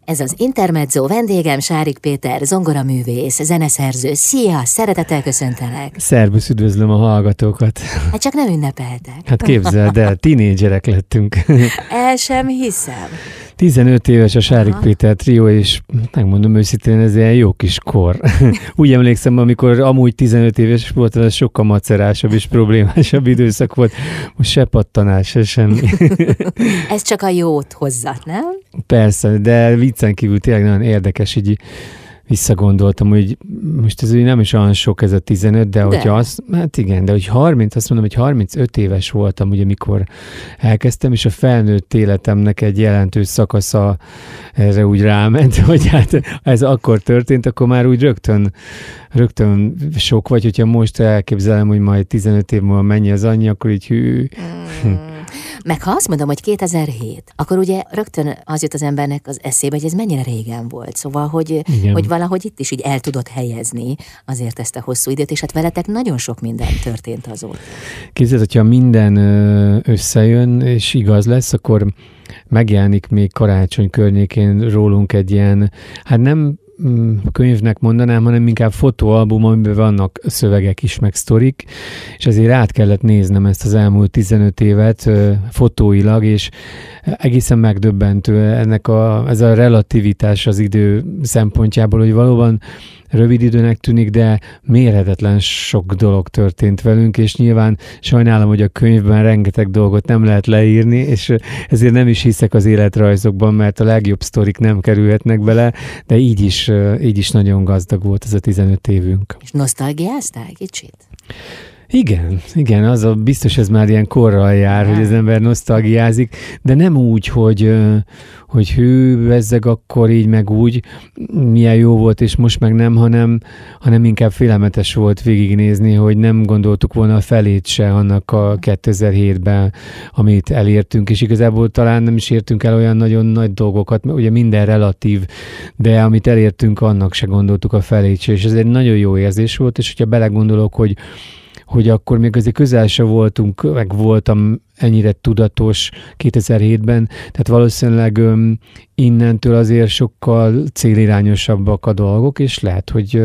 Ez az Intermezzo, vendégem Sárik Péter, zongoraművész, zeneszerző. Szia, szeretettel köszöntelek. Szervusz, üdvözlöm a hallgatókat. Hát csak nem ünnepeltek. Hát képzeld el, tinédzserek lettünk. El sem hiszem. 15 éves a Sárik Péter trió, és megmondom őszintén, ez ilyen jó kis kor. Úgy emlékszem, amikor amúgy 15 éves volt, az sokkal macerásabb és problémásabb időszak volt. Most se pattanás, se semmi. Ez csak a jót hozza, nem? Persze, de viccen kívül tényleg nagyon érdekes, így visszagondoltam, hogy most ez nem is olyan sok ez a 15, de hogyha azt, hát igen, de hogy 30, azt mondom, hogy 35 éves voltam, ugye, mikor elkezdtem, és a felnőtt életemnek egy jelentős szakasza erre úgy ráment, hogy hát ez akkor történt, akkor már úgy rögtön sok vagy, hogyha most elképzelem, hogy majd 15 év múlva mennyi az annyi, akkor így hű. Meg ha azt mondom, hogy 2007, akkor ugye rögtön az jut az embernek az eszébe, hogy ez mennyire régen volt. Szóval, hogy valahogy itt is így el tudod helyezni azért ezt a hosszú időt, és hát veletek nagyon sok minden történt azóta. Képzeld, hogyha minden összejön, és igaz lesz, akkor megjelenik még karácsony környékén rólunk egy ilyen, hát nem könyvnek mondanám, hanem inkább fotóalbum, amiben vannak szövegek is, meg sztorik, és azért át kellett néznem ezt az elmúlt 15 évet fotóilag, és egészen megdöbbentő ez a relativitás az idő szempontjából, hogy valóban rövid időnek tűnik, de mérhetetlen sok dolog történt velünk, és nyilván sajnálom, hogy a könyvben rengeteg dolgot nem lehet leírni, és ezért nem is hiszek az életrajzokban, mert a legjobb sztorik nem kerülhetnek bele, de így is nagyon gazdag volt ez a 15 évünk. És nosztalgiáztál kicsit? Igen, biztos ez már ilyen korral jár, hogy az ember nosztalgiázik, de nem úgy, hogy hű, bezzeg akkor így, meg úgy, milyen jó volt, és most meg nem, hanem inkább félelmetes volt végignézni, hogy nem gondoltuk volna a felét se annak a 2007-ben, amit elértünk, és igazából talán nem is értünk el olyan nagyon nagy dolgokat, ugye minden relatív, de amit elértünk, annak se gondoltuk a felét se, és ez egy nagyon jó érzés volt, és hogyha belegondolok, hogy akkor még azért közel se voltunk, meg voltam ennyire tudatos 2007-ben, tehát valószínűleg innentől azért sokkal célirányosabbak a dolgok, és lehet, hogy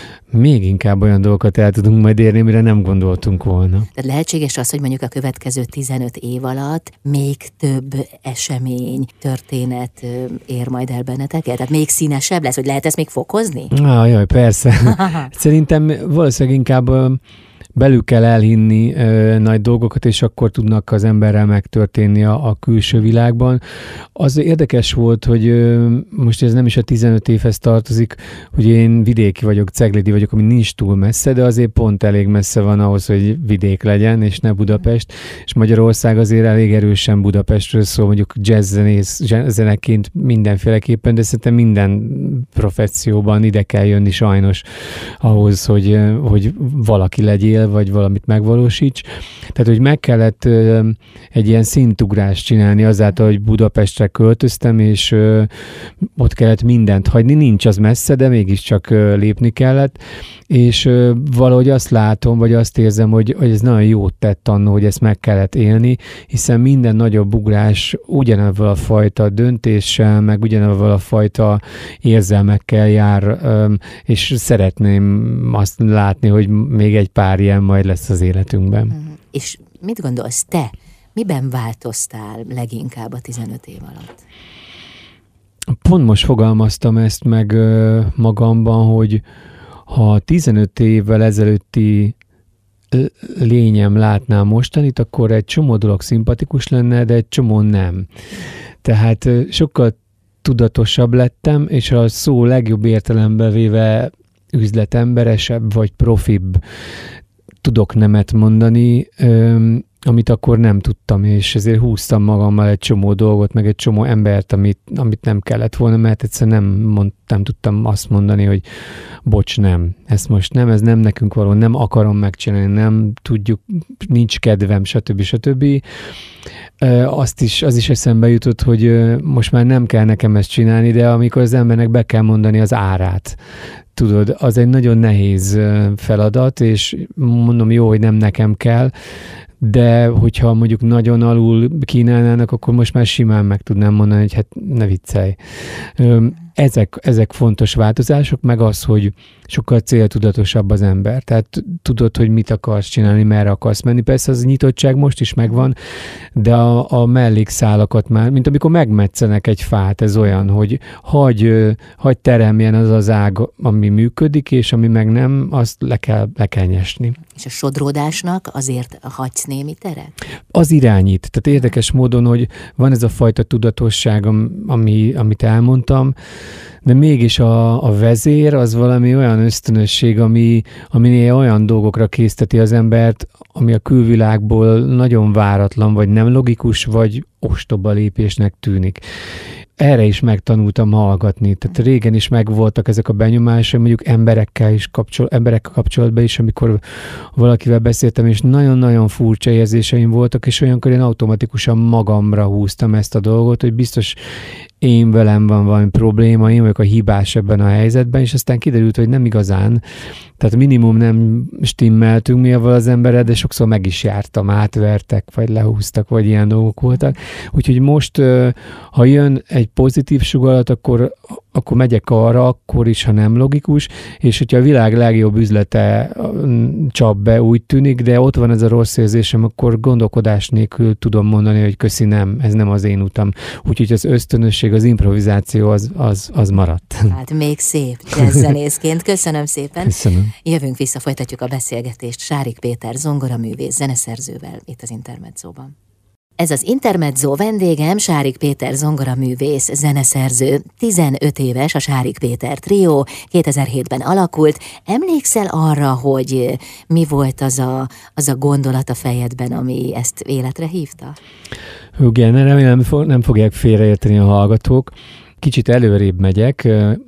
még inkább olyan dolgokat el tudunk majd érni, amire nem gondoltunk volna. Tehát lehetséges az, hogy mondjuk a következő 15 év alatt még több esemény, történet ér majd el benneteket? Tehát még színesebb lesz, hogy lehet ezt még fokozni? Jaj, persze. Szerintem valószínűleg inkább belül kell elhinni nagy dolgokat, és akkor tudnak az emberrel megtörténni a külső világban. Az érdekes volt, hogy most ez nem is a 15 évhez tartozik, hogy én vidéki vagyok, ceglédi vagyok, ami nincs túl messze, de azért pont elég messze van ahhoz, hogy vidék legyen, és ne Budapest, és Magyarország azért elég erősen Budapestről szól, mondjuk jazzzeneként mindenféleképpen, de szerintem minden professzióban ide kell jönni sajnos ahhoz, hogy valaki legyél, vagy valamit megvalósíts. Tehát, hogy meg kellett egy ilyen szintugrást csinálni azáltal, hogy Budapestre költöztem, és ott kellett mindent hagyni. Nincs az messze, de mégiscsak lépni kellett. És valahogy azt látom, vagy azt érzem, hogy ez nagyon jót tett annól, hogy ezt meg kellett élni, hiszen minden nagyobb ugrás ugyanavval a fajta döntéssel, meg ugyanavval a fajta érzelmekkel jár, és szeretném azt látni, hogy még egy pár ilyen majd lesz az életünkben. És mit gondolsz te? Miben változtál leginkább a 15 év alatt? Pont most fogalmaztam ezt meg magamban, hogy ha 15 évvel ezelőtti lényem látná mostanit, akkor egy csomó dolog szimpatikus lenne, de egy csomó nem. Tehát sokkal tudatosabb lettem, és a szó legjobb értelembe véve üzletemberesebb vagy profibb tudok nemet mondani, amit akkor nem tudtam, és ezért húztam magammal egy csomó dolgot, meg egy csomó embert, amit nem kellett volna, mert egyszerűen nem tudtam azt mondani, hogy bocs, nem, ezt most nem, ez nem nekünk való, nem akarom megcsinálni, nem tudjuk, nincs kedvem, stb. Az is eszembe jutott, hogy most már nem kell nekem ezt csinálni, de amikor az embernek be kell mondani az árát, tudod, az egy nagyon nehéz feladat, és mondom, jó, hogy nem nekem kell, de hogyha mondjuk nagyon alul kínálnának, akkor most már simán meg tudnám mondani, hogy hát ne viccelj. Ezek fontos változások, meg az, hogy sokkal céltudatosabb az ember. Tehát tudod, hogy mit akarsz csinálni, merre akarsz menni. Persze az nyitottság most is megvan, de a mellékszálakat már, mint amikor megmetszenek egy fát, ez olyan, hogy hagy teremjen az ág, ami működik, és ami meg nem, azt le kell nyesni. És a sodródásnak azért hagysz némi teret? Az irányít. Tehát érdekes módon, hogy van ez a fajta tudatosság, amit elmondtam, de mégis a vezér az valami olyan ösztönösség, aminél olyan dolgokra készteti az embert, ami a külvilágból nagyon váratlan, vagy nem logikus, vagy ostoba lépésnek tűnik. Erre is megtanultam hallgatni. Tehát régen is megvoltak ezek a benyomások, mondjuk emberekkel kapcsolatban is, amikor valakivel beszéltem, és nagyon-nagyon furcsa érzéseim voltak, és olyankor én automatikusan magamra húztam ezt a dolgot, hogy biztos én velem van valami probléma, én vagyok a hibás ebben a helyzetben, és aztán kiderült, hogy nem igazán. Tehát minimum nem stimmeltünk mi avval az emberrel, de sokszor meg is jártam, átvertek, vagy lehúztak, vagy ilyen dolgok voltak. Úgyhogy most, ha jön egy pozitív sugallat, akkor megyek arra, akkor is, ha nem logikus, és hogyha a világ legjobb üzlete csap be, úgy tűnik, de ott van ez a rossz érzésem, akkor gondolkodás nélkül tudom mondani, hogy köszi, nem, ez nem az én utam. Úgyhogy az ösztönösség, az improvizáció az maradt. Hát még szép jazzzenészként. Köszönöm szépen. Köszönöm. Jövünk vissza, folytatjuk a beszélgetést Sárik Péter zongoraművész zeneszerzővel itt az Intermedzóban. Ez az Intermezzo, vendégem Sárik Péter zongoraművész, zeneszerző, 15 éves a Sárik Péter Trio, 2007-ben alakult. Emlékszel arra, hogy mi volt az a gondolat a fejedben, ami ezt életre hívta? Igen, remélem nem fogják félreérteni a hallgatók. Kicsit előrébb megyek.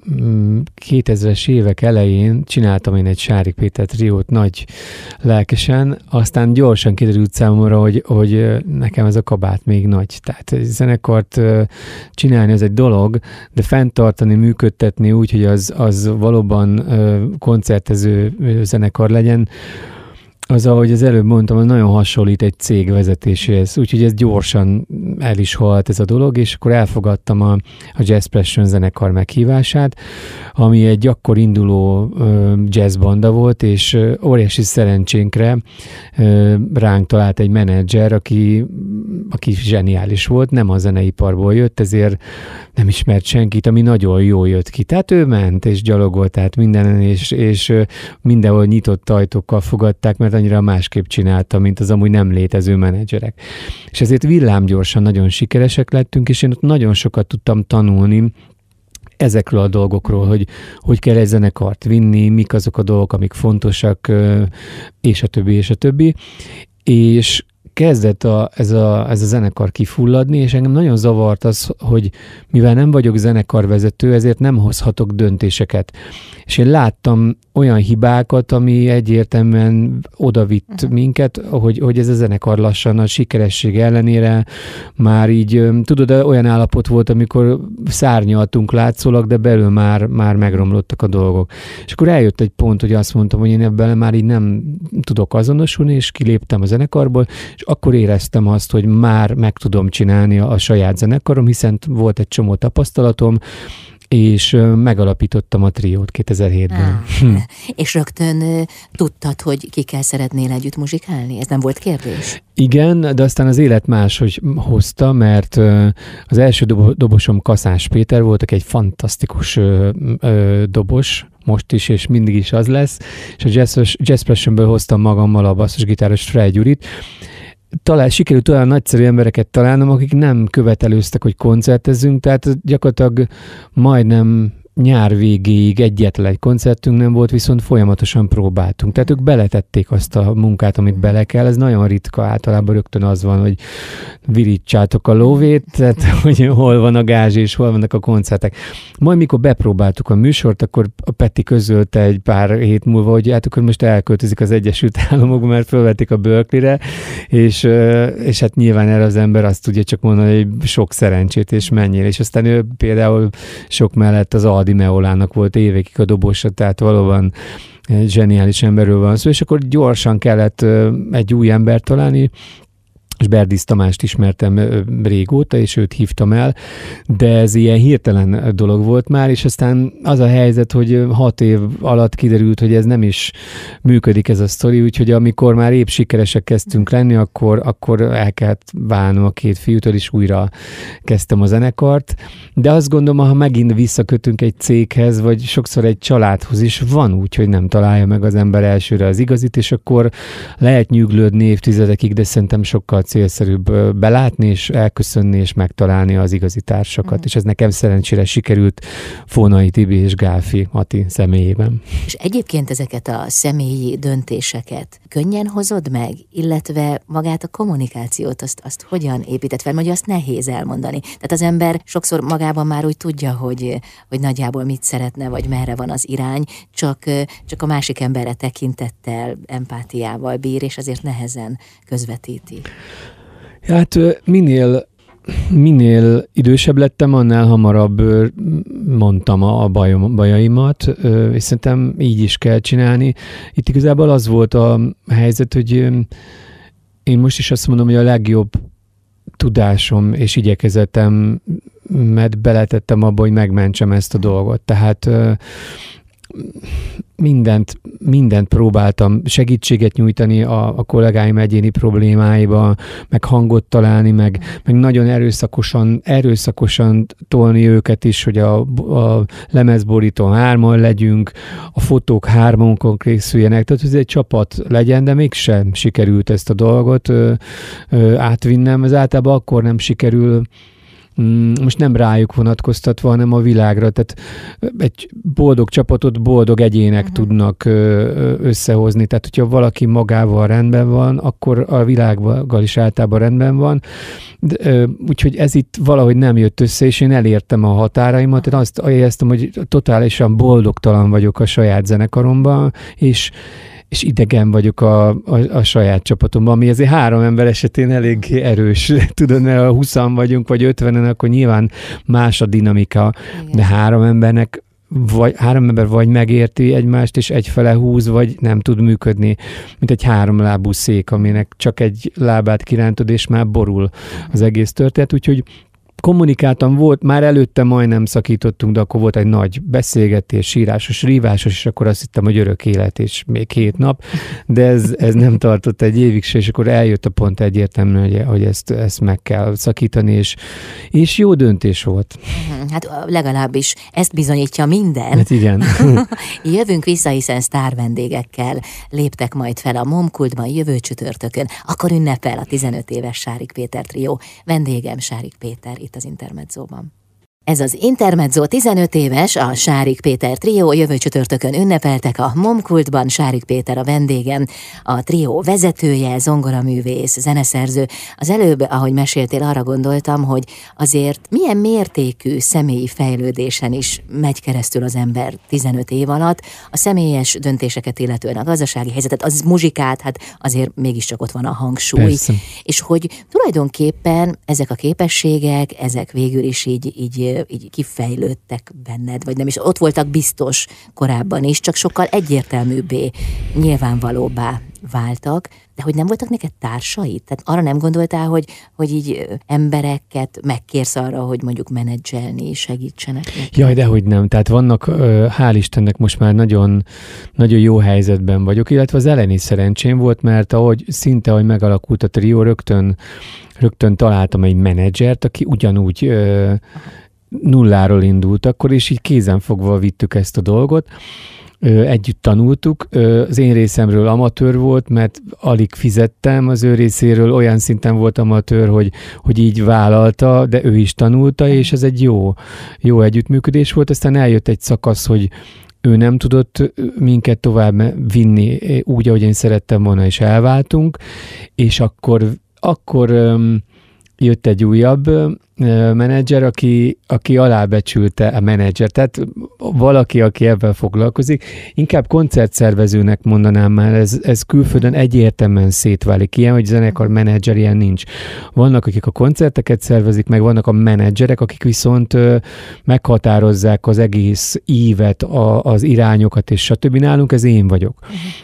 2000-es évek elején csináltam én egy Sárik Péter triót nagy lelkesen, aztán gyorsan kiderült számomra, hogy nekem ez a kabát még nagy. Tehát egy zenekart csinálni az egy dolog, de fenntartani, működtetni úgy, hogy az valóban koncertező zenekar legyen, az, ahogy az előbb mondtam, az nagyon hasonlít egy cég vezetéséhez, úgyhogy ez gyorsan el is halt ez a dolog, és akkor elfogadtam a Jazzpression zenekar meghívását, ami egy akkor induló jazzbanda volt, és óriási szerencsénkre ránk talált egy menedzser, aki zseniális volt, nem a zeneiparból jött, ezért nem ismert senkit, ami nagyon jól jött ki. Tehát ő ment és gyalogolt át mindenen, és mindenhol nyitott ajtókkal fogadták, mert annyira másképp csinálta, mint az amúgy nem létező menedzserek. És ezért villámgyorsan nagyon sikeresek lettünk, és én ott nagyon sokat tudtam tanulni ezekről a dolgokról, hogy kell egy zenekart vinni, mik azok a dolgok, amik fontosak, és a többi, és a többi. És kezdett ez a zenekar kifulladni, és engem nagyon zavart az, hogy mivel nem vagyok zenekarvezető, ezért nem hozhatok döntéseket. És én láttam olyan hibákat, ami egyértelműen odavitt minket, hogy ez a zenekar lassan a sikeresség ellenére már így, tudod, olyan állapot volt, amikor szárnyaltunk látszólag, de belül már megromlottak a dolgok. És akkor eljött egy pont, hogy azt mondtam, hogy én ebben már így nem tudok azonosulni, és kiléptem a zenekarból, és akkor éreztem azt, hogy már meg tudom csinálni a saját zenekarom, hiszen volt egy csomó tapasztalatom, és megalapítottam a triót 2007-ben. És rögtön tudtad, hogy kikkel szeretnél együtt muzsikálni? Ez nem volt kérdés? Igen, de aztán az élet máshogy hozta, mert az első dobosom Kaszás Péter volt, aki egy fantasztikus dobos, most is, és mindig is az lesz, és a Jazzpressionből hoztam magammal a basszusgitáros Frey Gyurit. Sikerült olyan nagyszerű embereket találnom, akik nem követelőztek, hogy koncertezzünk, tehát gyakorlatilag majdnem nyár végéig egyetlen egy koncertünk nem volt, viszont folyamatosan próbáltunk. Tehát ők beletették azt a munkát, amit bele kell. Ez nagyon ritka, általában rögtön az van, hogy virítsátok a lóvét, tehát hogy hol van a gázs és hol vannak a koncertek. Majd mikor bepróbáltuk a műsort, akkor a Peti közölte egy pár hét múlva, hogy hát akkor most elköltözik az Egyesült Államokba, mert fölvették a Berkeley-re, és hát nyilván erre az ember azt tudja csak mondani, hogy sok szerencsét és menjél. És aztán ő például sok mellett az Adi Meolának volt évekig a dobosa, tehát valóban zseniális emberről van szó, és akkor gyorsan kellett egy új embert találni, és Berdisz Tamást ismertem régóta, és őt hívtam el, de ez ilyen hirtelen dolog volt már, és aztán az a helyzet, hogy 6 év alatt kiderült, hogy ez nem is működik ez a sztori, úgyhogy amikor már épp sikeresek kezdtünk lenni, akkor el kellett válnom a 2 fiútól, és újra kezdtem a zenekart, de azt gondolom, ha megint visszakötünk egy céghez, vagy sokszor egy családhoz is, van úgy, hogy nem találja meg az ember elsőre az igazit, és akkor lehet nyüglődni évtizedekig, de szerintem sokkal célszerűbb belátni, és elköszönni, és megtalálni az igazi társakat. És ez nekem szerencsére sikerült Fónai Tibi és Gálfi Ati személyében. És egyébként ezeket a személyi döntéseket könnyen hozod meg, illetve magát a kommunikációt, azt hogyan épített fel? Mondja, azt nehéz elmondani. Tehát az ember sokszor magában már úgy tudja, hogy nagyjából mit szeretne, vagy merre van az irány, csak a másik emberre tekintettel, empátiával bír, és azért nehezen közvetíti. Hát minél idősebb lettem, annál hamarabb mondtam a bajaimat, és szerintem így is kell csinálni. Itt igazából az volt a helyzet, hogy én most is azt mondom, hogy a legjobb tudásom és igyekezetemet beletettem abba, hogy megmentsem ezt a dolgot. Tehát mindent próbáltam segítséget nyújtani a kollégáim egyéni problémáiba, meg hangot találni, meg nagyon erőszakosan tolni őket is, hogy a lemezborítón 3-an legyünk, a fotók 3-on készüljenek, tehát ez egy csapat legyen, de mégsem sikerült ezt a dolgot átvinnem. Ez általában akkor nem sikerül, most nem rájuk vonatkoztatva, hanem a világra. Tehát egy boldog csapatot boldog egyének tudnak összehozni. Tehát, hogyha valaki magával rendben van, akkor a világgal is általában rendben van. Úgyhogy ez itt valahogy nem jött össze, és én elértem a határaimat. Én azt éreztem, hogy totálisan boldogtalan vagyok a saját zenekaromban, és idegen vagyok a saját csapatomban, ami azért 3 ember esetén elég erős. Tudod, mert ha 20-an vagyunk, vagy 50-en, akkor nyilván más a dinamika, igen. De 3 ember vagy megérti egymást, és egyfele húz, vagy nem tud működni, mint egy 3 lábú szék, aminek csak egy lábát kirántod, és már borul az egész történet. Úgyhogy kommunikáltam, volt, már előtte majdnem szakítottunk, de akkor volt egy nagy beszélgetés, sírásos, rívásos, és akkor azt hittem, hogy örök élet, és még 2 nap, de ez nem tartott egy évig se, és akkor eljött a pont egyértelmű, hogy ezt meg kell szakítani, és jó döntés volt. Hát legalábbis ezt bizonyítja minden. Hát igen. Jövünk vissza, hiszen sztár vendégekkel léptek majd fel a Momkultban jövő csütörtökön, akkor ünnepel a 15 éves Sárik Péter trió. Vendégem Sárik Péter itt az Intermedzóban. Ez az Intermezzo 15 éves, a Sárik Péter trió jövő csütörtökön ünnepeltek a Momkultban. Sárik Péter a vendégem, a trió vezetője, zongoraművész, zeneszerző. Az előbb, ahogy meséltél, arra gondoltam, hogy azért milyen mértékű személyi fejlődésen is megy keresztül az ember 15 év alatt. A személyes döntéseket illetően a gazdasági helyzetet, az muzsikát, hát azért mégiscsak ott van a hangsúly. Persze. És hogy tulajdonképpen ezek a képességek, ezek végül is így kifejlődtek benned, vagy nem is, ott voltak biztos korábban is, csak sokkal egyértelműbbé, nyilvánvalóbbá váltak, de hogy nem voltak neked társaid? Tehát arra nem gondoltál, hogy így embereket megkérsz arra, hogy mondjuk menedzselni, segítsenek neked? Jaj, dehogy nem. Tehát vannak, hál' Istennek most már nagyon, nagyon jó helyzetben vagyok, illetve az elején is szerencsém volt, mert ahogy megalakult a trió, rögtön találtam egy menedzsert, aki ugyanúgy nulláról indult akkor, és így kézenfogva vittük ezt a dolgot. Együtt tanultuk. Az én részemről amatőr volt, mert alig fizettem, az ő részéről olyan szinten volt amatőr, hogy így vállalta, de ő is tanulta, és ez egy jó együttműködés volt. Aztán eljött egy szakasz, hogy ő nem tudott minket tovább vinni úgy, ahogy én szerettem volna, és elváltunk, és akkor jött egy újabb menedzser, aki alábecsülte a menedzser, tehát valaki, aki ebben foglalkozik. Inkább koncertszervezőnek mondanám már, ez külföldön egyértelműen szétválik. Ilyen, hogy zenekar menedzser, ilyen nincs. Vannak, akik a koncerteket szervezik, meg vannak a menedzserek, akik viszont meghatározzák az egész ívet, az irányokat, és stb. Nálunk ez én vagyok.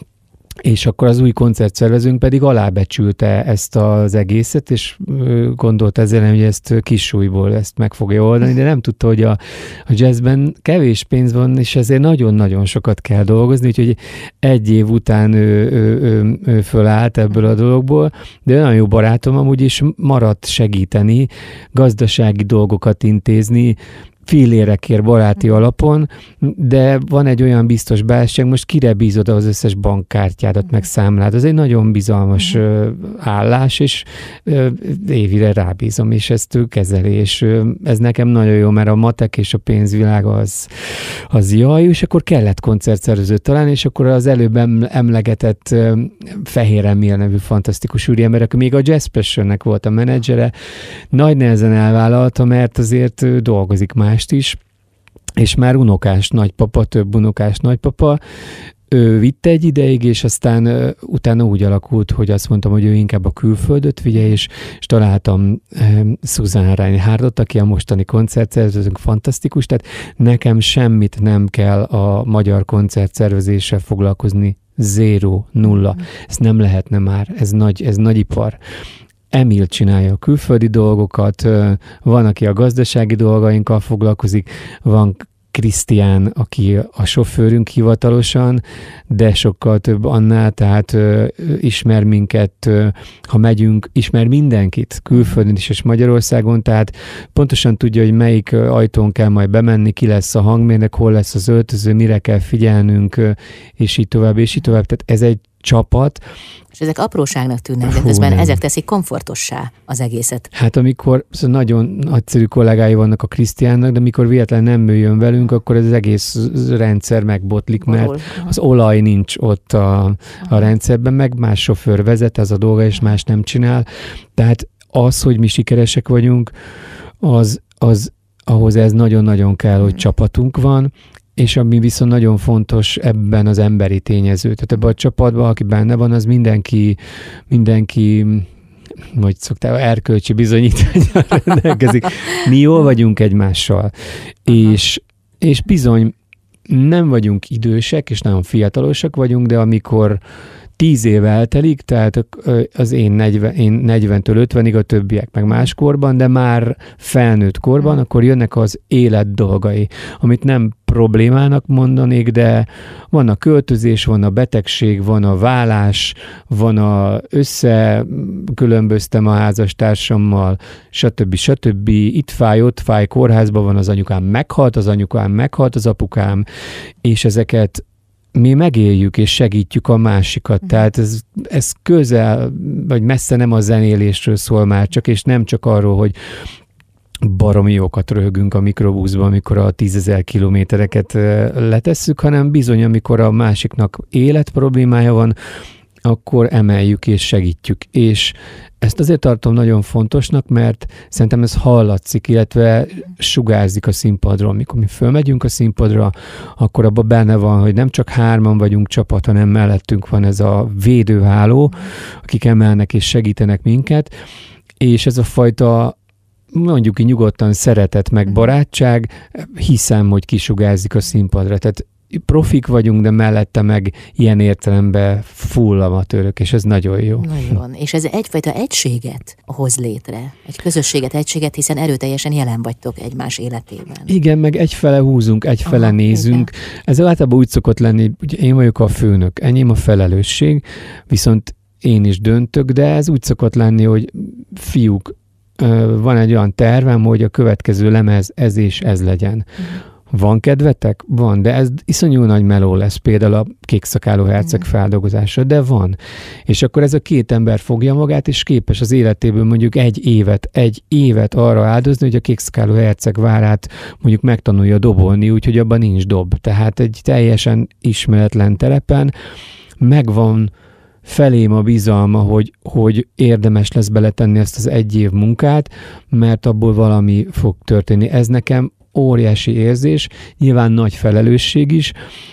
És akkor az új koncertszervezőnk pedig alábecsülte ezt az egészet, és gondolt ezzel, hogy ezt kis súlyból ezt meg fogja oldani, de nem tudta, hogy a jazzben kevés pénz van, és ezért nagyon-nagyon sokat kell dolgozni, úgyhogy egy év után ő fölállt ebből a dologból, de nagyon jó barátom amúgy is maradt segíteni, gazdasági dolgokat intézni, fillérekért baráti alapon, de van egy olyan biztos bázság, most kire bízod az összes bankkártyádat, meg számlád. Ez egy nagyon bizalmas állás, és évire rábízom, és ezt ő kezeli, és ez nekem nagyon jó, mert a matek és a pénzvilág az jaj, és akkor kellett koncertszervezőt találni, és akkor az előbb emlegetett Fehér Emil nevű fantasztikus úriember, aki még a Jazz Passionnek volt a menedzsere, nagy nehezen elvállalta, mert azért ő dolgozik mást is, és már unokás nagypapa, több unokás nagypapa, ő vitte egy ideig, és aztán utána úgy alakult, hogy azt mondtam, hogy ő inkább a külföldöt vigye, és találtam Susan Reinhardtot, aki a mostani koncertszervezőnk, fantasztikus, tehát nekem semmit nem kell a magyar koncertszervezéssel foglalkozni, 0. Ez nem lehetne már, ez nagy ipar. Emil csinálja a külföldi dolgokat, van, aki a gazdasági dolgainkkal foglalkozik, van Krisztián, aki a sofőrünk hivatalosan, de sokkal több annál, tehát ismer minket, ha megyünk, ismer mindenkit, külföldön is és Magyarországon, tehát pontosan tudja, hogy melyik ajtón kell majd bemenni, ki lesz a hangmérnök, hol lesz az öltöző, mire kell figyelnünk, és így tovább, és így tovább. Tehát ez egy csapat. És ezek apróságnak tűnnek, de közben ezek teszik komfortossá az egészet. Hát amikor nagyon nagyszerű kollégái vannak a Krisztiánnak, de amikor véletlenül nem jön velünk, akkor ez az egész rendszer megbotlik, mert az olaj nincs ott a rendszerben, meg más sofőr vezet, ez a dolga, és más nem csinál. Tehát az, hogy mi sikeresek vagyunk, ahhoz ez nagyon-nagyon kell, hogy csapatunk van, és ami viszont nagyon fontos ebben az emberi tényező. Tehát ebben a csapatban, aki benne van, az mindenki hogy szoktál, erkölcsi bizonyítvánnyal rendelkezik. Mi jól vagyunk egymással. És bizony nem vagyunk idősek, és nagyon fiatalosak vagyunk, de amikor 10 év eltelik, tehát az én 40-től 50-ig, a többiek meg máskorban, de már felnőtt korban, akkor jönnek az élet dolgai, amit nem problémának mondanék, de van a költözés, van a betegség, van a vállás, van összekülönböztem a házastársammal, stb. Itt fáj, ott fáj, kórházban van, az anyukám meghalt, az apukám, és ezeket mi megéljük és segítjük a másikat. Tehát ez közel, vagy messze nem a zenélésről szól már csak, és nem csak arról, hogy baromi jókat röhögünk a mikrobuszban, amikor a 10 000 kilométereket letesszük, hanem bizony, amikor a másiknak életproblémája van, akkor emeljük és segítjük. És ezt azért tartom nagyon fontosnak, mert szerintem ez hallatszik, illetve sugárzik a színpadról. Mikor mi fölmegyünk a színpadra, akkor abban benne van, hogy nem csak 3 vagyunk csapat, hanem mellettünk van ez a védőháló, akik emelnek és segítenek minket, és ez a fajta mondjuk ki nyugodtan szeretet meg barátság, hiszem, hogy kisugárzik a színpadra. Tehát profik vagyunk, de mellette meg ilyen értelemben full amatőrök, és ez nagyon jó. Nagyon. És ez egyfajta egységet hoz létre. Egy közösséget, egységet, hiszen erőteljesen jelen vagytok egymás életében. Igen, meg egyfele húzunk, egyfele nézünk. Igen. Ez általában úgy szokott lenni, hogy én vagyok a főnök, enyém a felelősség, viszont én is döntök, de ez úgy szokott lenni, hogy fiúk, van egy olyan tervem, hogy a következő lemez ez és ez legyen. Van kedvetek? Van, de ez iszonyú nagy meló lesz, például a Kékszakáló herceg feldolgozása, de van. És akkor ez a 2 ember fogja magát, és képes az életéből mondjuk egy évet arra áldozni, hogy a Kékszakáló herceg várát mondjuk megtanulja dobolni, úgyhogy abban nincs dob. Tehát egy teljesen ismeretlen telepen megvan felém a bizalma, hogy érdemes lesz beletenni ezt az 1 év munkát, mert abból valami fog történni. Ez nekem óriási érzés, nyilván nagy felelősség is,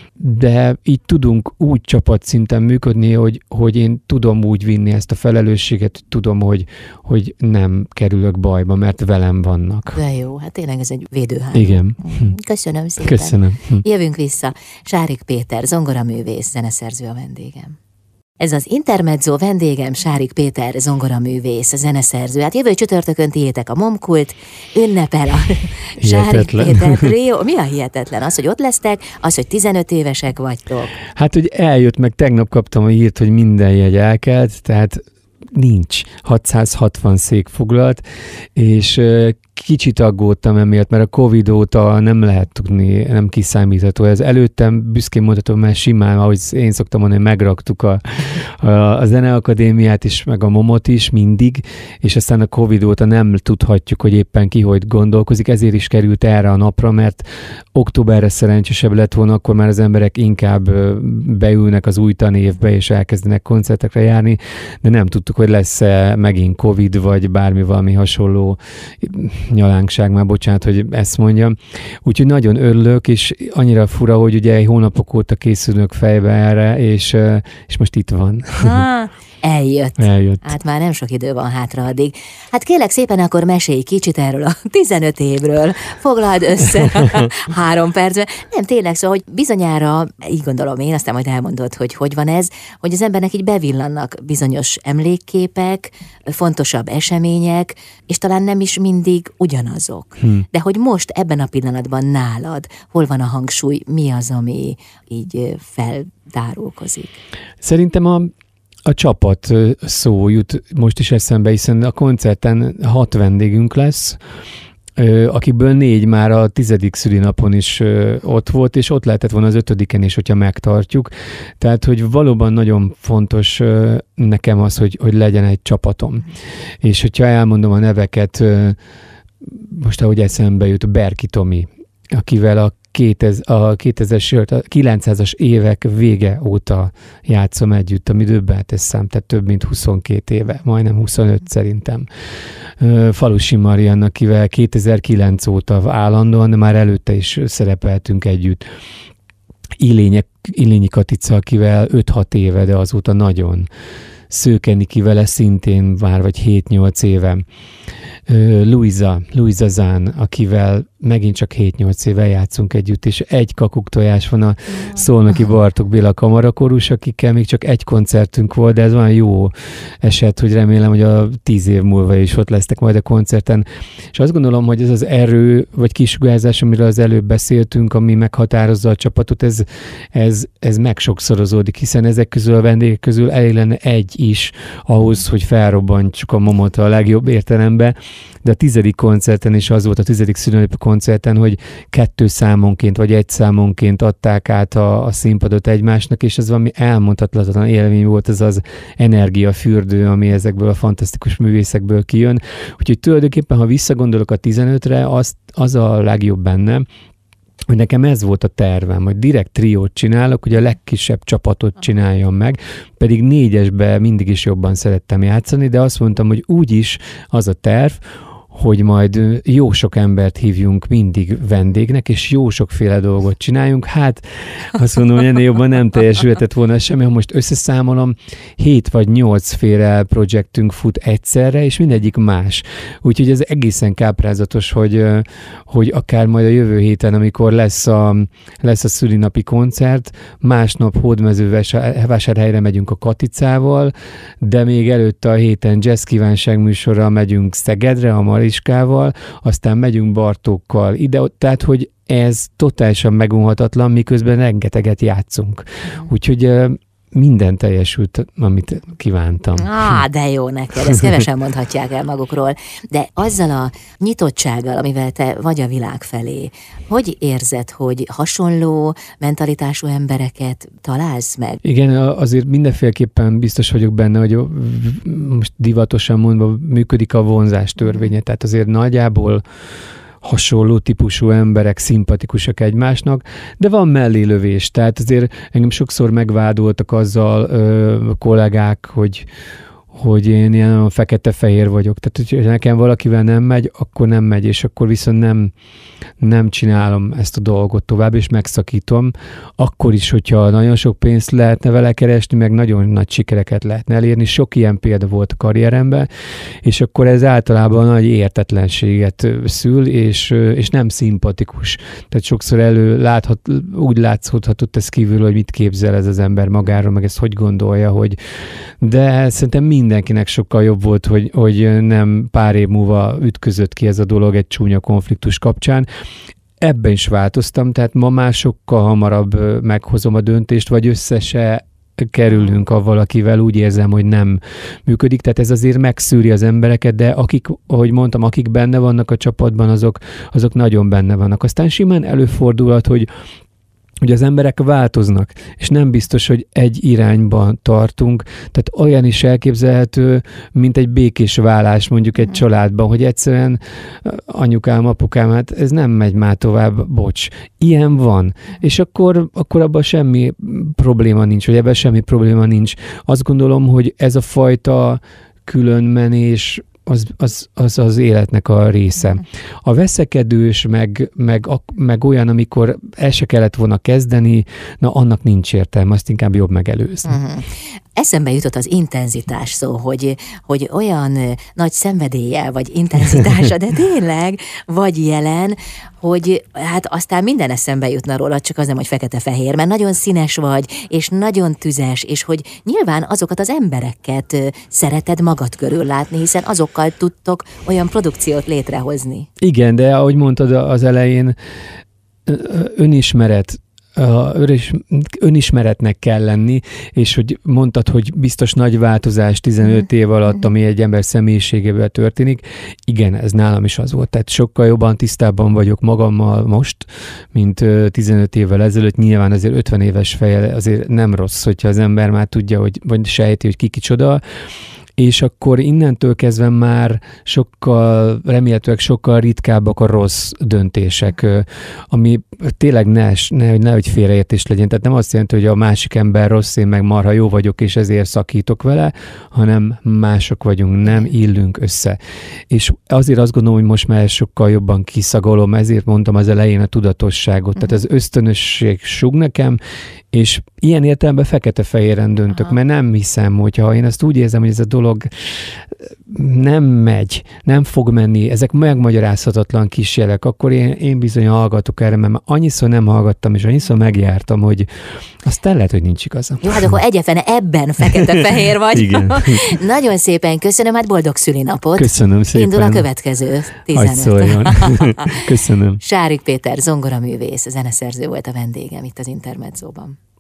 de így tudunk úgy csapatszinten működni, hogy én tudom úgy vinni ezt a felelősséget, tudom, hogy nem kerülök bajba, mert velem vannak. De jó, hát tényleg ez egy védőháló. Igen. Köszönöm szépen. Köszönöm. Jövünk vissza. Sárik Péter, zongoraművész, zeneszerző a vendégem. Ez az Intermezzo, vendégem Sárik Péter, zongoraművész, zeneszerző. Hát jövő csütörtökön tiétek a Momkult, ünnepel a Sárik Péter trió. Mi a hihetetlen? Az, hogy ott lesztek, az, hogy 15 évesek vagytok. Hát, hogy eljött, meg tegnap kaptam a hírt, hogy minden jegy elkelt, tehát nincs. 660 szék foglalt, és kicsit aggódtam emiatt, mert a Covid óta nem lehet tudni, nem kiszámítható. Ez előttem büszkén mondhatom, mert simán, ahogy én szoktam mondani, megraktuk a Zeneakadémiát is, meg a Momot is mindig, és aztán a Covid óta nem tudhatjuk, hogy éppen ki hogy gondolkozik, ezért is került erre a napra, mert októberre szerencsésebb lett volna, akkor már az emberek inkább beülnek az új tanévbe, és elkezdenek koncertekre járni, de nem tudtuk, hogy lesz-e megint Covid, vagy valami hasonló nyalánkság, már bocsánat, hogy ezt mondjam. Úgyhogy nagyon örülök, és annyira fura, hogy ugye hónapok óta készülök fejbe erre, és most itt van. Eljött. Hát már nem sok idő van hátra addig. Hát kérlek szépen, akkor mesélj kicsit erről a 15 évről. Foglald össze 3 percben. Nem, tényleg, szóval, hogy bizonyára, így gondolom én, aztán majd elmondod, hogy van ez, hogy az embernek így bevillannak bizonyos emlékképek, fontosabb események, és talán nem is mindig ugyanazok. De hogy most ebben a pillanatban nálad, hol van a hangsúly, mi az, ami így feltárulkozik? Szerintem a csapat szó jut most is eszembe, hiszen a koncerten 6 vendégünk lesz, akiből 4 már a 10. szülinapon is ott volt, és ott lehetett volna az 5-en is, hogyha megtartjuk. Tehát, hogy valóban nagyon fontos nekem az, hogy legyen egy csapatom. És hogyha elmondom a neveket, most ahogy eszembe jut, Berki Tomi, akivel a 900-as évek vége óta játszom együtt, ami döbbenetes szám, tehát több mint 22 éve, majdnem 25 szerintem. Falusi Marianna, akivel 2009 óta állandóan, de már előtte is szerepeltünk együtt. Illényi Katica, akivel 5-6 éve, de azóta nagyon. Szőke Niki, vele szintén már vagy 7-8 éve. Luisa Zán, akivel megint csak 7-8 éve játszunk együtt, és egy kakuktojás van a Szolnoki Bartók Béla kamarakorus, akikkel még csak egy koncertünk volt, de ez olyan jó eset, hogy remélem, hogy a 10 év múlva is ott lesztek majd a koncerten. És azt gondolom, hogy ez az erő, vagy kisugárzás, amiről az előbb beszéltünk, ami meghatározza a csapatot, ez megsokszorozódik, hiszen ezek közül a vendégek közül elég lenne egy is ahhoz, hogy felrobbantsuk a Momot a legjobb értelemben, de a 10. koncerten is az volt, a 10. szülinapi koncerten, hogy 2 számonként vagy 1 számonként adták át a színpadot egymásnak, és ez valami elmondhatatlan élmény volt, ez az energiafürdő, ami ezekből a fantasztikus művészekből kijön. Úgyhogy tulajdonképpen, ha visszagondolok a 15-re, az a legjobb benne, hogy nekem ez volt a tervem, hogy direkt triót csinálok, hogy a legkisebb csapatot csináljam meg, pedig 4-esbe mindig is jobban szerettem játszani, de azt mondtam, hogy úgyis az a terv, hogy majd jó sok embert hívjunk mindig vendégnek, és jó sokféle dolgot csináljunk. Hát azt mondom, hogy ennél jobban nem teljesülhetett volna semmi, ha most összeszámolom, 7 vagy 8 féle projektünk fut egyszerre, és mindegyik más. Úgyhogy ez egészen káprázatos, hogy akár majd a jövő héten, amikor lesz a szülinapi koncert, másnap Hódmezővásárhelyre megyünk a Katicával, de még előtte a héten jazz kívánság műsorra megyünk Szegedre, a Mariskával, aztán megyünk Bartókkal ide, tehát, hogy ez totálisan megunhatatlan, miközben rengeteget játszunk. Úgyhogy minden teljesült, amit kívántam. De jó neked, ezt kevesen mondhatják el magukról. De azzal a nyitottsággal, amivel te vagy a világ felé, hogy érzed, hogy hasonló mentalitású embereket találsz meg? Igen, azért mindenféleképpen biztos vagyok benne, hogy most divatosan mondva működik a vonzás törvénye. Tehát azért nagyjából hasonló típusú emberek szimpatikusak egymásnak, de van mellélövés, tehát azért engem sokszor megvádoltak azzal kollégák, hogy én ilyen fekete-fehér vagyok. Tehát, hogyha nekem valakivel nem megy, akkor nem megy, és akkor viszont nem csinálom ezt a dolgot tovább, és megszakítom. Akkor is, hogyha nagyon sok pénzt lehetne vele keresni, meg nagyon nagy sikereket lehetne elérni. Sok ilyen példa volt a karrieremben, és akkor ez általában nagy értetlenséget szül, és nem szimpatikus. Tehát sokszor úgy látszódhatott ez kívül, hogy mit képzel ez az ember magáról, meg ezt hogy gondolja, de szerintem mindenkinek sokkal jobb volt, hogy nem pár év múlva ütközött ki ez a dolog egy csúnya konfliktus kapcsán. Ebben is változtam, tehát ma már sokkal hamarabb meghozom a döntést, vagy össze se kerülünk avval, akivel úgy érzem, hogy nem működik. Tehát ez azért megszűri az embereket, de akik, ahogy mondtam, akik benne vannak a csapatban, azok nagyon benne vannak. Aztán simán előfordulhat, hogy az emberek változnak, és nem biztos, hogy egy irányban tartunk. Tehát olyan is elképzelhető, mint egy békés válás mondjuk egy családban, hogy egyszerűen anyukám, apukám, hát ez nem megy már tovább, bocs. Ilyen van. És akkor abban semmi probléma nincs, vagy ebben semmi probléma nincs. Azt gondolom, hogy ez a fajta különmenés az életnek a része. A veszekedős, meg olyan, amikor el se kellett volna kezdeni, na annak nincs értelme, azt inkább jobb megelőzni. Eszembe jutott az intenzitás szó, hogy olyan nagy szenvedéllyel vagy intenzitása, de tényleg vagy jelen, hogy hát aztán minden eszembe jutna róla, csak az nem, hogy fekete-fehér, mert nagyon színes vagy, és nagyon tüzes, és hogy nyilván azokat az embereket szereted magad körül látni, hiszen azokkal tudtok olyan létrehozni. Igen, de ahogy mondtad az elején, önismeretnek kell lenni, és hogy mondtad, hogy biztos nagy változás 15 év alatt, ami egy ember személyiségével történik. Igen, ez nálam is az volt. Tehát sokkal jobban tisztában vagyok magammal most, mint 15 évvel ezelőtt. Nyilván azért 50 éves fejjel azért nem rossz, hogyha az ember már tudja, vagy sejti, hogy ki kicsoda, és akkor innentől kezdve már remélhetőleg sokkal ritkábbak a rossz döntések, ami tényleg nehogy félreértés legyen. Tehát nem azt jelenti, hogy a másik ember rossz, én meg marha jó vagyok, és ezért szakítok vele, hanem mások vagyunk, nem illünk össze. És azért azt gondolom, hogy most már sokkal jobban kiszagolom, ezért mondtam az elején a tudatosságot. Tehát az ösztönösség sug nekem, és ilyen értelemben fekete-fehéren döntök, mert nem hiszem, hogyha én ezt úgy érzem, hogy ez a dolog nem megy, nem fog menni, ezek megmagyarázhatatlan kis jelek, akkor én bizony hallgatok erre, mert annyiszor nem hallgattam, és annyiszor megjártam, hogy aztán lehet, hogy nincs igaza. Jó, hát akkor egyébként ebben fekete-fehér vagy. Igen. Nagyon szépen köszönöm, hát boldog szülinapot. Köszönöm szépen. Indul a következő 15. Köszönöm. Sárik Péter, zongoraművész, zeneszerző volt a vendégem itt az Intermedzóban.